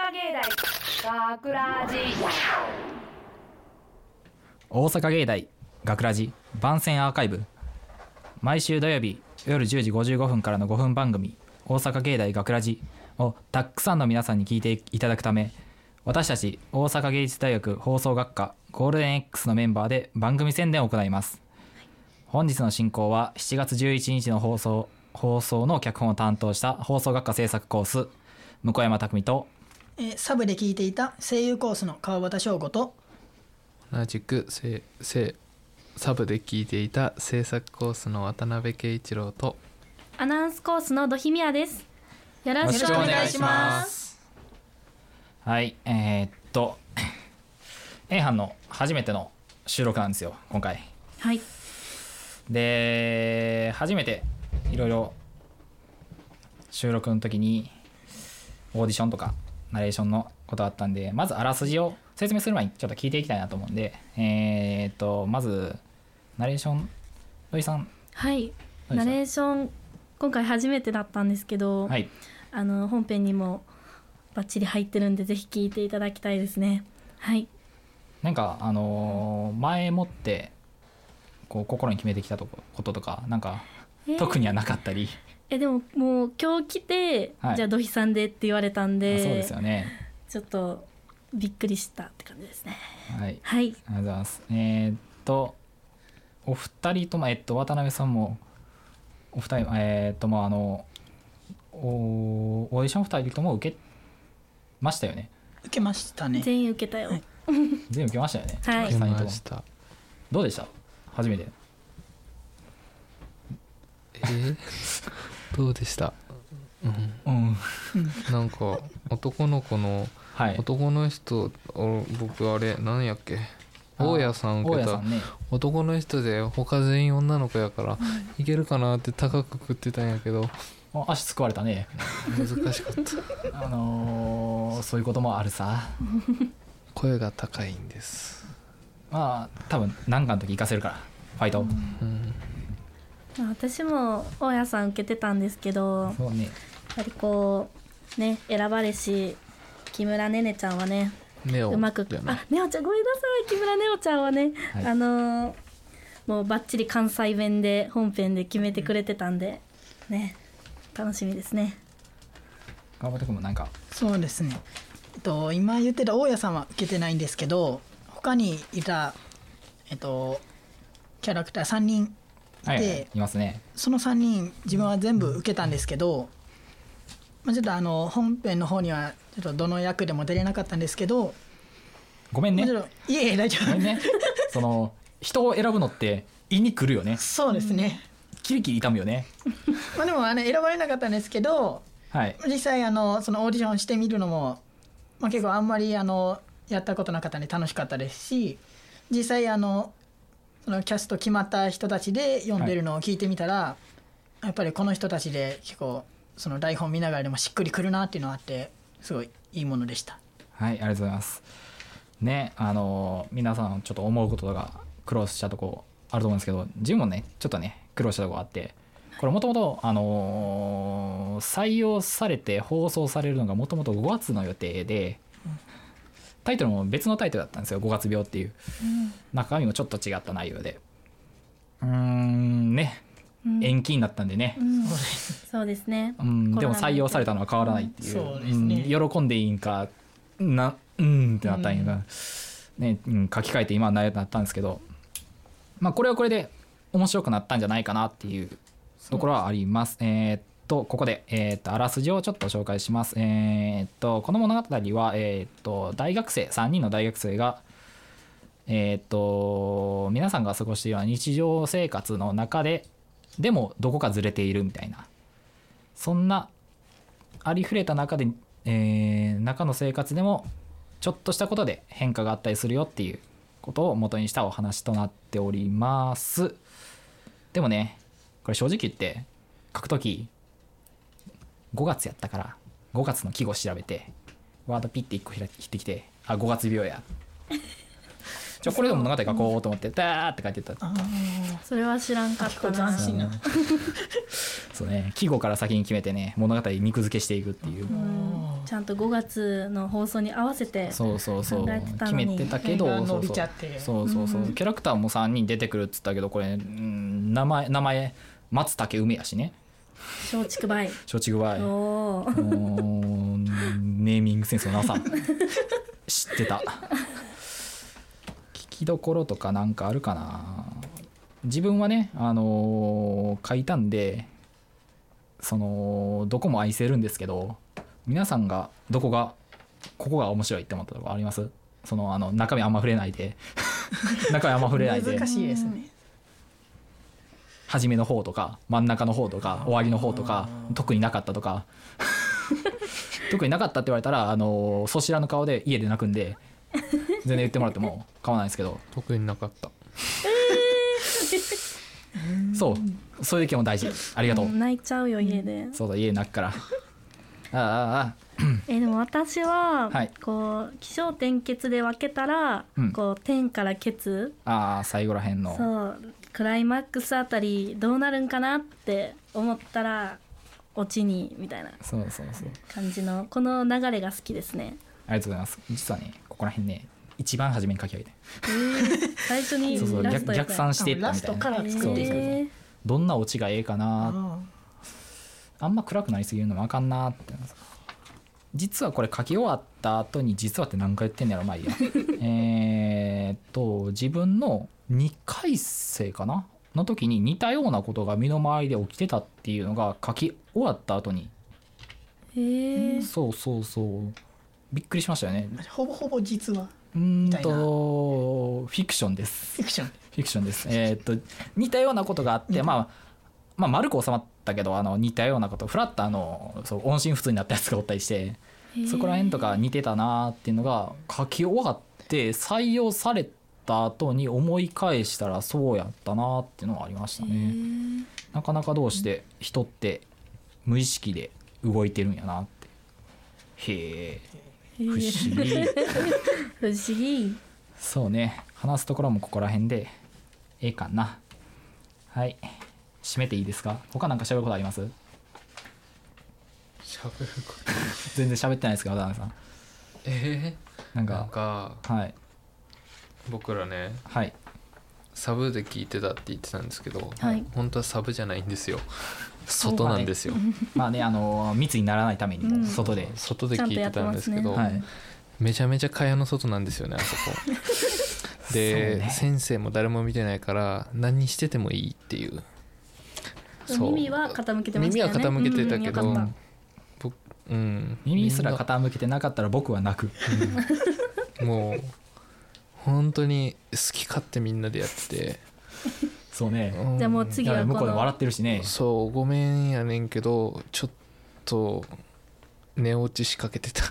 芸大学ラジ大阪芸大学ラジ番宣アーカイブ、毎週土曜日夜10時55分からの5分番組大阪芸大学ラジをたくさんの皆さんに聞いていただくため、私たち大阪芸術大学放送学科ゴールデン X のメンバーで番組宣伝を行います。本日の進行は7月11日の放送の脚本を担当した放送学科制作コース向山拓実と、 サブで聞いていた声優コースの川端翔吾と、 同じくサブで聞いていた制作コースの渡辺圭一郎と、 アナウンスコースの土肥宮です。よろしくお願いします。 はい、A 班の初めての収録なんですよ今回。 はい。 で初めていろいろ収録の時にオーディションとかナレーションのことあったんで、まずあらすじを説明する前にちょっと聞いていきたいなと思うんで、まずナレーション土井さん。 はい、ナレーション今回初めてだったんですけど、 はい、 本編にもバッチリ入ってるんでぜひ聞いていただきたいですね。はい。 なんか前もってこう心に決めてきたこととかなんか特にはなかったり。 でももう今日来て、 はい、 じゃあ土肥さんでって言われたんで、 そうですよね。 ちょっとびっくりしたって感じですね。 はい、 はい、 ありがとうございます。お二人とも、渡辺さんもお二人、もオーディション二人とも受けましたよね。 受けましたね。 全員受けたよ。はい、 全員受けましたよね。 はい、 受けました。 どうでした初めて。 どうでした？なんか男の子の、はい、男の人、僕あれ何やっけ、大家さん受けた、ね、男の人で他全員女の子やから、いけるかなって高く食ってたんやけど、 足すくわれたね。 難しかったそういうこともあるさ。 声が高いんです。 まあ多分何かの時行かせるからファイト、 私も大家さん受けてたんですけど、 そうね、 やっぱりこうね選ばれし木村ねねちゃんはね、うまくねおちゃんごめんなさい、木村ねおちゃんはね、はい、もうバッチリ関西弁で本編で決めてくれてたんでね、楽しみですね。 川端君もなんか。そうですね、 今言ってた大家さんは受けてないんですけど、他にいたキャラクター3人いて、はいはい、いますね。その3人自分は全部受けたんですけど、ちょっと本編の方にはちょっとどの役でも出れなかったんですけど、 ごめんね。 いえ大丈夫。ごめんね。 人を選ぶのって胃に来るよね。 そうですね。 キリキリ痛むよね。 でも選ばれなかったんですけど、はい、実際そのオーディションしてみるのも、結構あんまりやったことなかったんで楽しかったですし、実際そのキャスト決まった人たちで読んでるのを聞いてみたら、はい、やっぱりこの人たちで結構その台本見ながらでもしっくりくるなっていうのがあって、すごいいいものでした。はい、ありがとうございますね。皆さんちょっと思うことが苦労したとこあると思うんですけど、自分もねちょっとね苦労したとこあって、これもともと採用されて放送されるのがもともと5月の予定で、タイトルも別のタイトルだったんですよ、5月病っていう、中身もちょっと違った内容でね、延期になったんでね、 そうですね、 でも採用されたのは変わらないっていう、 そうですね、 喜んでいいんかってなったんやが、ね、書き換えて今はなったんですけど、これはこれで面白くなったんじゃないかなっていうところはあります。ここで、あらすじをちょっと紹介します。この物語は、大学生3人の大学生が、皆さんが過ごしているような日常生活の中ででもどこかずれているみたいな、そんなありふれた中で、中の生活でもちょっとしたことで変化があったりするよっていうことを元にしたお話となっております。でもね、これ正直言って書くとき5月やったから5月の季語調べてワードピッて1個引いてきて、5月病やこれでも物語書こうと思ってダーって書いてた。 それは知らんかったな。 そうね、季語から先に決めてね物語肉付けしていくっていう。 ちゃんと5月の放送に合わせて決めてたけど伸びちゃってそう、キャラクターも3人出てくるっつったけどこれ、名前松竹梅やしね。 松竹梅おネーミングセンスのなさ知ってた。聞きどころとかなんかあるかな。自分はね書いたんでどこも愛せるんですけど、皆さんがここが面白いって思ったところあります？中身あんま触れないで中身あんま触れないで難しいですね。 初めの方とか真ん中の方とか終わりの方とか特になかったとか特になかったって言われたらそちらの顔で家で泣くんで全然言ってもらっても構わないですけど特になかったそういう意見も大事。ありがとう。 泣いちゃうよ家で。 そうだ家泣くからでも私は、 はい、 こう起承転結で分けたら、こう天から結最後らへんのそうクライマックスあたりどうなるんかなって思ったらオチにみたいな感じのこの流れが好きですね。 ありがとうございます。実はねここら辺ね一番初めに書き上げて最初にラスト逆算していったみたいな。 ラストから作っていく。 どんなオチがええかな。あんま暗くなりすぎるのもあかんなって。実はこれ書き終わった後に実はって何回言ってんねやろ。まあいいや自分の2回生かなの時に似たようなことが身の回りで起きてたっていうのが書き終わった後にそうびっくりしましたよね。 ほぼ実はフィクションです。フィクションです。似たようなことがあって、まあ丸く収まったけど似たようなことフラッと音信不通になったやつがおったりしてそこら辺とか似てたなっていうのが書き終わって採用された後に思い返したらそうやったなっていうのがありましたね。なかなかどうして人って無意識で動いてるんやなって。へえ不思議不思議。 そうね話すところもここら辺でええかな。はい締めていいですか。他なんか喋ることあります？ 喋ること全然喋ってないですか渡辺さん。なんかはい僕らね、 はい、 サブで聞いてたって言ってたんですけど、 はい、 本当はサブじゃないんですよ。外なんですよ。 まあね密にならないためにも外で聞いてたんですけど、めちゃめちゃ蚊帳の外なんですよねあそこで、先生も誰も見てないから何しててもいいっていう。 耳は傾けてましたよね。 耳は傾けてたけど、 耳すら傾けてなかったら僕は泣く、 もう本当に好き勝手みんなでやっててそうね、 じゃあもう次は向こうで笑ってるしね。 そうごめんやねんけどちょっと寝落ちしかけてた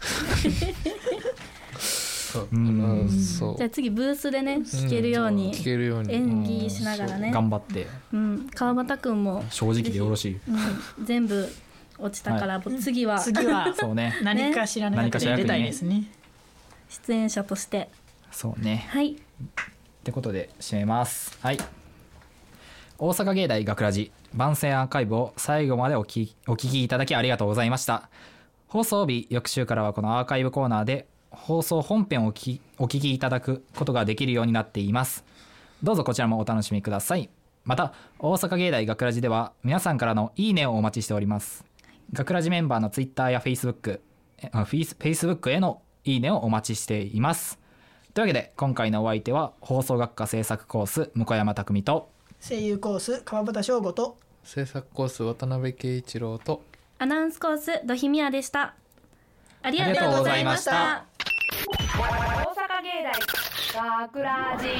じゃあ次ブースでね聞けるように演技しながらね頑張って、 川端くんも正直でよろしい、 全部落ちたから、次はそうね何かしらの役で入れたいですね。 出演者としてそうね。 はいってことで締めます。はい、大阪芸大学ラジ番宣アーカイブを最後までお聞きいただきありがとうございました。放送日翌週からはこのアーカイブコーナーで放送本編をお聞きいただくことができるようになっています。どうぞこちらもお楽しみください。また大阪芸大学ラジでは皆さんからのいいねをお待ちしております。学ラジメンバーのツイッターやフェイスブックへのいいねをお待ちしています。というわけで今回のお相手は放送学科制作コース向山匠と声優コース川端翔吾と制作コース渡辺圭一郎とアナウンスコース土肥宮でした。ありがとうございました。 大阪芸大学ラジ。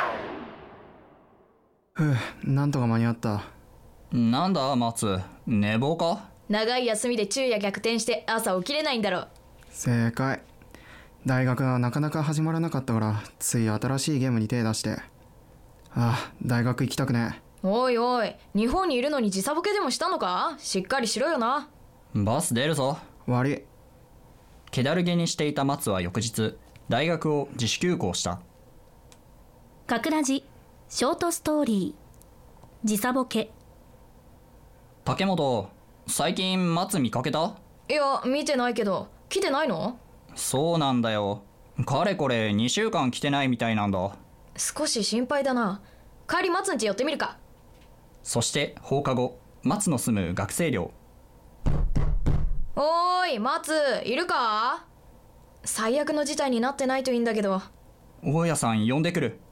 なんとか間に合った。 なんだ松、寝坊か。 長い休みで昼夜逆転して朝起きれないんだろ。 正解。大学はなかなか始まらなかったからつい新しいゲームに手出して。大学行きたくね。 おいおい、日本にいるのに時差ボケでもしたのか。しっかりしろよな。 バス出るぞ。 悪い。 気だるげにしていた松は翌日大学を自主休校した。 学ラジショートストーリー時差ボケ。 竹本、最近松見かけた？ いや見てないけど来てないの？ そうなんだよ。かれこれ2週間来てないみたいなんだ。 少し心配だな。帰り松ん家寄ってみるか。 そして放課後、松の住む学生寮。 おーい松、いるか？最悪の事態になってないといいんだけど。 大家さん呼んでくる。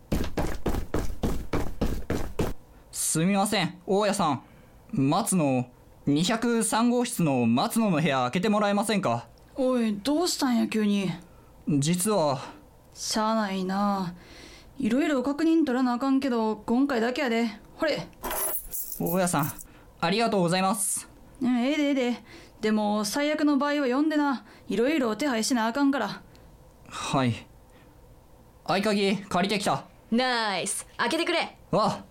すみません大家さん、松野203号室の松野の部屋開けてもらえませんか？ おい、どうしたんや急に。 実はしゃあないな。いろいろ確認取らなあかんけど今回だけやで。ほれ。 大家さんありがとうございます。 ええでええで。でも最悪の場合は呼んでな。いろいろ手配しなあかんから。 はい。合鍵借りてきた。 ナイス、開けてくれ。 あ、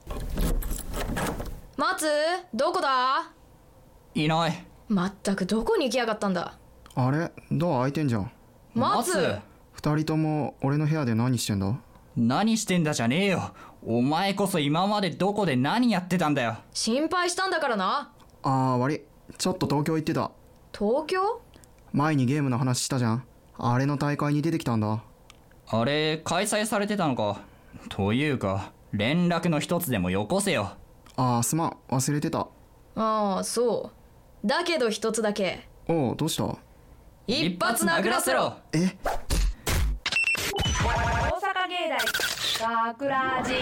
松、どこだ？ いない。 まったくどこに行きやがったんだ。 あれ、ドア開いてんじゃん。 松。 二人とも俺の部屋で何してんだ？ 何してんだじゃねえよ。お前こそ今までどこで何やってたんだよ。 心配したんだからな。 悪い、ちょっと東京行ってた。 東京？ 前にゲームの話したじゃん。あれの大会に出てきたんだ。 あれ開催されてたのか。というか連絡の一つでもよこせよ。 すまん、忘れてた。 ああ、そう。だけど一つだけ。 おう、どうした？ 一発殴らせろ。 え？ 大阪芸大学ラジ。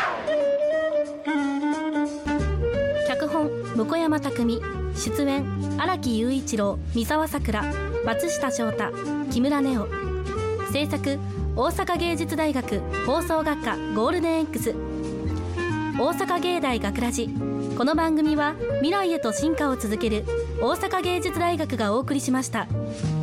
脚本向山匠、出演荒木雄一郎、三沢さくら、松下翔太、木村ネオ。制作大阪芸術大学放送学科ゴールデン X。 大阪芸大学ラジ。この番組は未来へと進化を続ける大阪芸術大学がお送りしました。